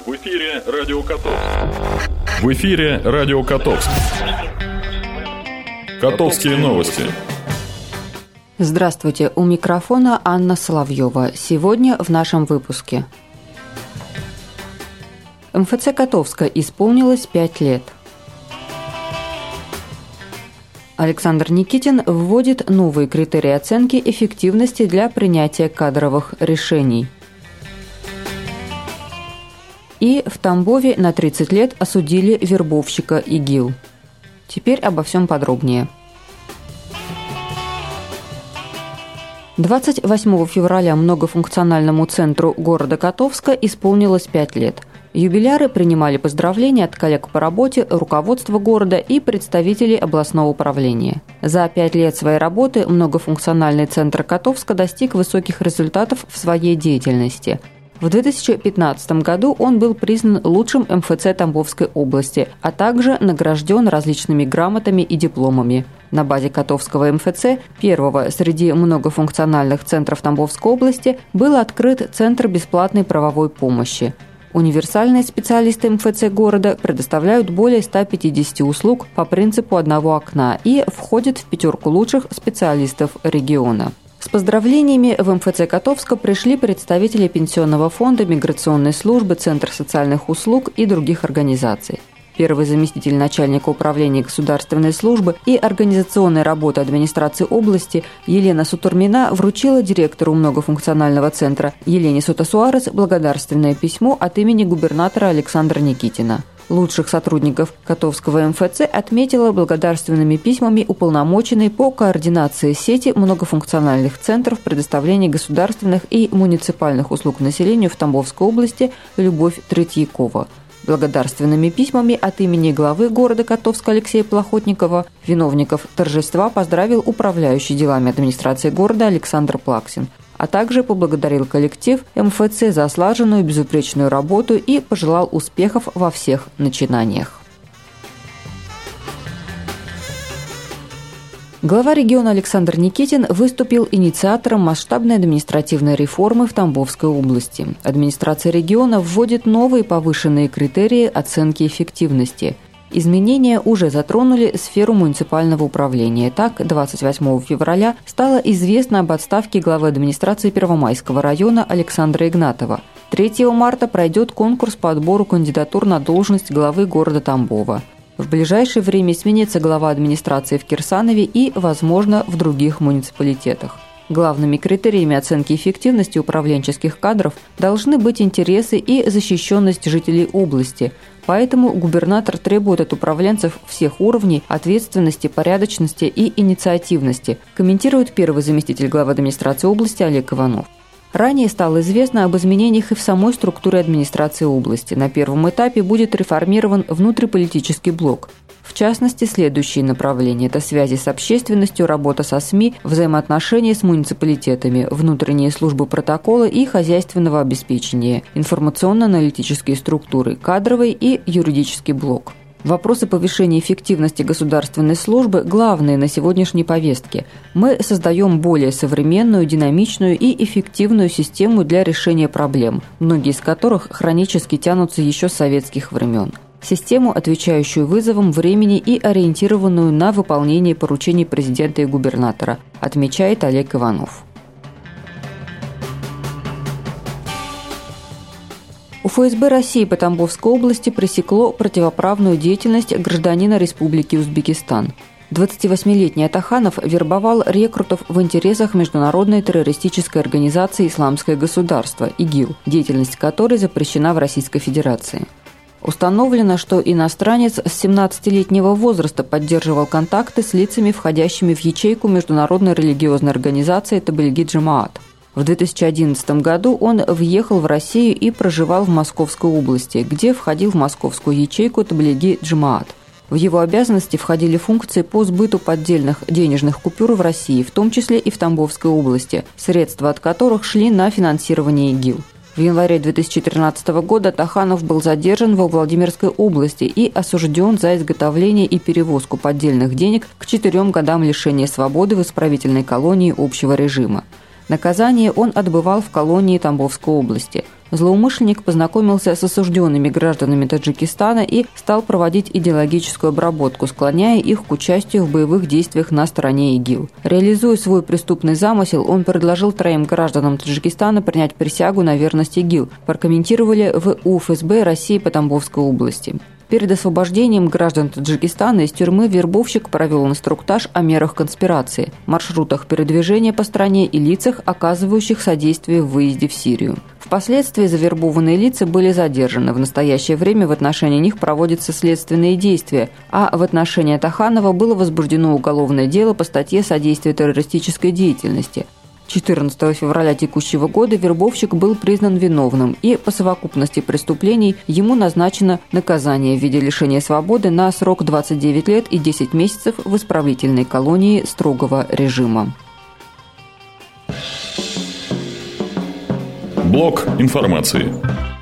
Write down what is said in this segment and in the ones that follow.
В эфире Радио Котовск. В эфире Радио Котовск. Котовские новости. Здравствуйте, у микрофона Анна Соловьева. Сегодня в нашем выпуске. МФЦ Котовска исполнилось 5 лет. Александр Никитин вводит новые критерии оценки эффективности для принятия кадровых решений. И в Тамбове на 30 лет осудили вербовщика ИГИЛ. Теперь обо всем подробнее. 28 февраля многофункциональному центру города Котовска исполнилось 5 лет. Юбиляры принимали поздравления от коллег по работе, руководства города и представителей областного управления. За 5 лет своей работы многофункциональный центр Котовска достиг высоких результатов в своей деятельности. В 2015 году он был признан лучшим МФЦ Тамбовской области, а также награжден различными грамотами и дипломами. На базе Котовского МФЦ, первого среди многофункциональных центров Тамбовской области, был открыт Центр бесплатной правовой помощи. Универсальные специалисты МФЦ города предоставляют более 150 услуг по принципу одного окна и входят в 5 лучших специалистов региона. С поздравлениями в МФЦ Котовска пришли представители Пенсионного фонда, Миграционной службы, Центра социальных услуг и других организаций. Первый заместитель начальника управления государственной службы и организационной работы администрации области Елена Сутурмина вручила директору многофункционального центра Елене Сотосуарес благодарственное письмо от имени губернатора Александра Никитина. Лучших сотрудников Котовского МФЦ отметила благодарственными письмами уполномоченный по координации сети многофункциональных центров предоставления государственных и муниципальных услуг населению в Тамбовской области Любовь Третьякова. Благодарственными письмами от имени главы города Котовска Алексея Плохотникова виновников торжества поздравил управляющий делами администрации города Александр Плаксин, а также поблагодарил коллектив МФЦ за слаженную безупречную работу и пожелал успехов во всех начинаниях. Глава региона Александр Никитин выступил инициатором масштабной административной реформы в Тамбовской области. Администрация региона вводит новые повышенные критерии оценки эффективности. Изменения уже затронули сферу муниципального управления. Так, 28 февраля стало известно об отставке главы администрации Первомайского района Александра Игнатова. 3 марта пройдет конкурс по отбору кандидатур на должность главы города Тамбова. В ближайшее время сменится глава администрации в Кирсанове и, возможно, в других муниципалитетах. Главными критериями оценки эффективности управленческих кадров должны быть интересы и защищенность жителей области, поэтому губернатор требует от управленцев всех уровней ответственности, порядочности и инициативности, комментирует первый заместитель главы администрации области Олег Иванов. Ранее стало известно об изменениях и в самой структуре администрации области. На первом этапе будет реформирован внутриполитический блок. В частности, следующие направления – это связи с общественностью, работа со СМИ, взаимоотношения с муниципалитетами, внутренние службы протокола и хозяйственного обеспечения, информационно-аналитические структуры, кадровый и юридический блок. Вопросы повышения эффективности государственной службы главные на сегодняшней повестке. Мы создаем более современную, динамичную и эффективную систему для решения проблем, многие из которых хронически тянутся еще с советских времен. Систему, отвечающую вызовам времени и ориентированную на выполнение поручений президента и губернатора, отмечает Олег Иванов. У ФСБ России по Тамбовской области пресекло противоправную деятельность гражданина Республики Узбекистан. 28-летний Атаханов вербовал рекрутов в интересах международной террористической организации «Исламское государство» ИГИЛ, деятельность которой запрещена в Российской Федерации. Установлено, что иностранец с 17-летнего возраста поддерживал контакты с лицами, входящими в ячейку международной религиозной организации «Таблиги Джамаат». В 2011 году он въехал в Россию и проживал в Московской области, где входил в московскую ячейку Таблиги Джамаат. В его обязанности входили функции по сбыту поддельных денежных купюр в России, в том числе и в Тамбовской области, средства от которых шли на финансирование ИГИЛ. В январе 2013 года Таханов был задержан во Владимирской области и осужден за изготовление и перевозку поддельных денег к 4 годам лишения свободы в исправительной колонии общего режима. Наказание он отбывал в колонии Тамбовской области. Злоумышленник познакомился с осужденными гражданами Таджикистана и стал проводить идеологическую обработку, склоняя их к участию в боевых действиях на стороне ИГИЛ. Реализуя свой преступный замысел, он предложил 3 гражданам Таджикистана принять присягу на верность ИГИЛ, прокомментировали в УФСБ России по Тамбовской области. Перед освобождением граждан Таджикистана из тюрьмы вербовщик провел инструктаж о мерах конспирации, маршрутах передвижения по стране и лицах, оказывающих содействие в выезде в Сирию. Впоследствии завербованные лица были задержаны. В настоящее время в отношении них проводятся следственные действия, а в отношении Таханова было возбуждено уголовное дело по статье «Содействие террористической деятельности». 14 февраля текущего года вербовщик был признан виновным, и по совокупности преступлений ему назначено наказание в виде лишения свободы на срок 29 лет и 10 месяцев в исправительной колонии строгого режима. Блок информации.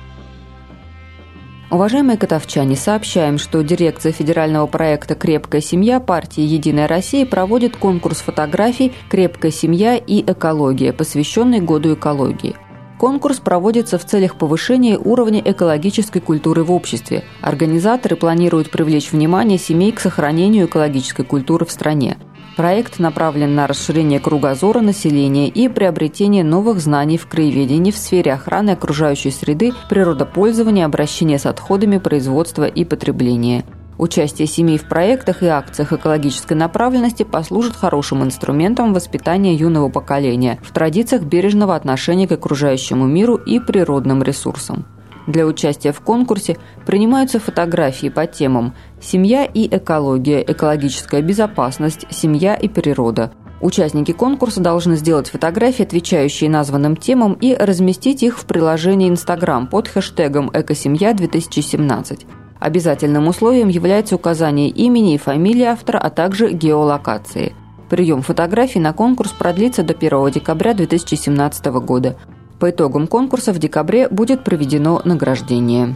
Уважаемые котовчане, сообщаем, что дирекция федерального проекта «Крепкая семья» партии «Единая Россия» проводит конкурс фотографий «Крепкая семья и экология», посвященный Году экологии. Конкурс проводится в целях повышения уровня экологической культуры в обществе. Организаторы планируют привлечь внимание семей к сохранению экологической культуры в стране. Проект направлен на расширение кругозора населения и приобретение новых знаний в краеведении в сфере охраны окружающей среды, природопользования, обращения с отходами, производства и потребления. Участие семей в проектах и акциях экологической направленности послужит хорошим инструментом воспитания юного поколения в традициях бережного отношения к окружающему миру и природным ресурсам. Для участия в конкурсе принимаются фотографии по темам «Семья и экология», «Экологическая безопасность», «Семья и природа». Участники конкурса должны сделать фотографии, отвечающие названным темам, и разместить их в приложении Instagram под хэштегом «Экосемья-2017». Обязательным условием является указание имени и фамилии автора, а также геолокации. Прием фотографий на конкурс продлится до 1 декабря 2017 года. По итогам конкурса в декабре будет проведено награждение.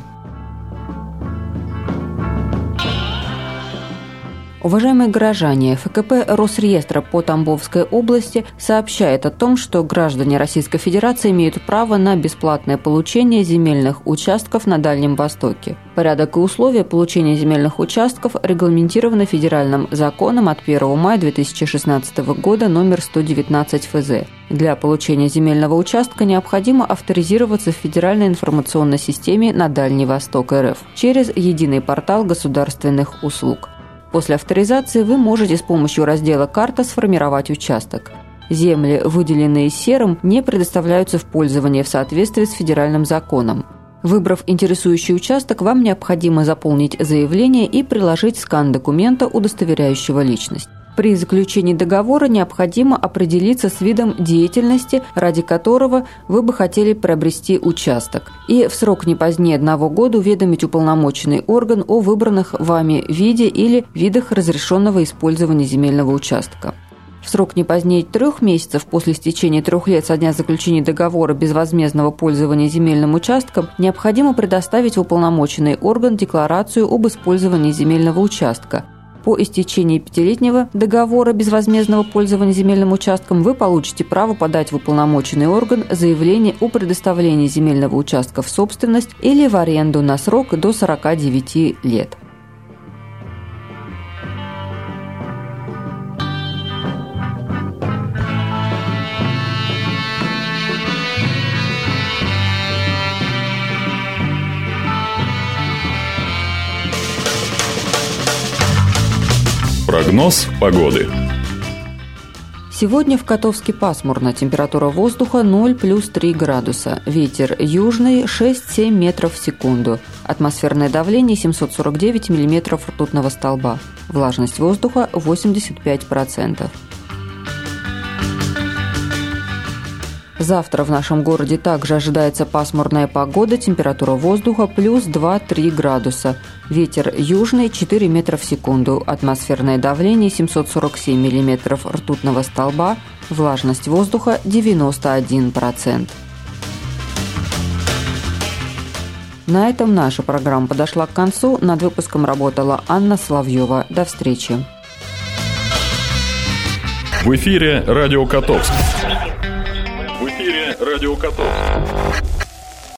Уважаемые горожане, ФКП Росреестра по Тамбовской области сообщает о том, что граждане Российской Федерации имеют право на бесплатное получение земельных участков на Дальнем Востоке. Порядок и условия получения земельных участков регламентированы федеральным законом от 1 мая 2016 года номер 119 ФЗ. Для получения земельного участка необходимо авторизироваться в Федеральной информационной системе на Дальний Восток РФ через единый портал государственных услуг. После авторизации вы можете с помощью раздела «Карта» сформировать участок. Земли, выделенные серым, не предоставляются в пользование в соответствии с федеральным законом. Выбрав интересующий участок, вам необходимо заполнить заявление и приложить скан документа, удостоверяющего личность. При заключении договора необходимо определиться с видом деятельности, ради которого вы бы хотели приобрести участок, и в срок не позднее 1 года уведомить уполномоченный орган о выбранных вами виде или видах разрешенного использования земельного участка. В срок не позднее 3 месяцев после истечения 3 лет со дня заключения договора безвозмездного пользования земельным участком необходимо предоставить в уполномоченный орган декларацию об использовании земельного участка. По истечении 5-летнего договора безвозмездного пользования земельным участком вы получите право подать в уполномоченный орган заявление о предоставлении земельного участка в собственность или в аренду на срок до 49 лет. Прогноз погоды. Сегодня в Котовске пасмурно, температура воздуха 0 плюс 3 градуса, ветер южный 6-7 метров в секунду, атмосферное давление 749 миллиметров ртутного столба, влажность воздуха 85%. Завтра в нашем городе также ожидается пасмурная погода, температура воздуха плюс 2-3 градуса, ветер южный 4 метра в секунду, атмосферное давление 747 миллиметров ртутного столба, влажность воздуха 91%. На этом наша программа подошла к концу. Над выпуском работала Анна Соловьева. До встречи. В эфире радио Котовск. Радио Котовск.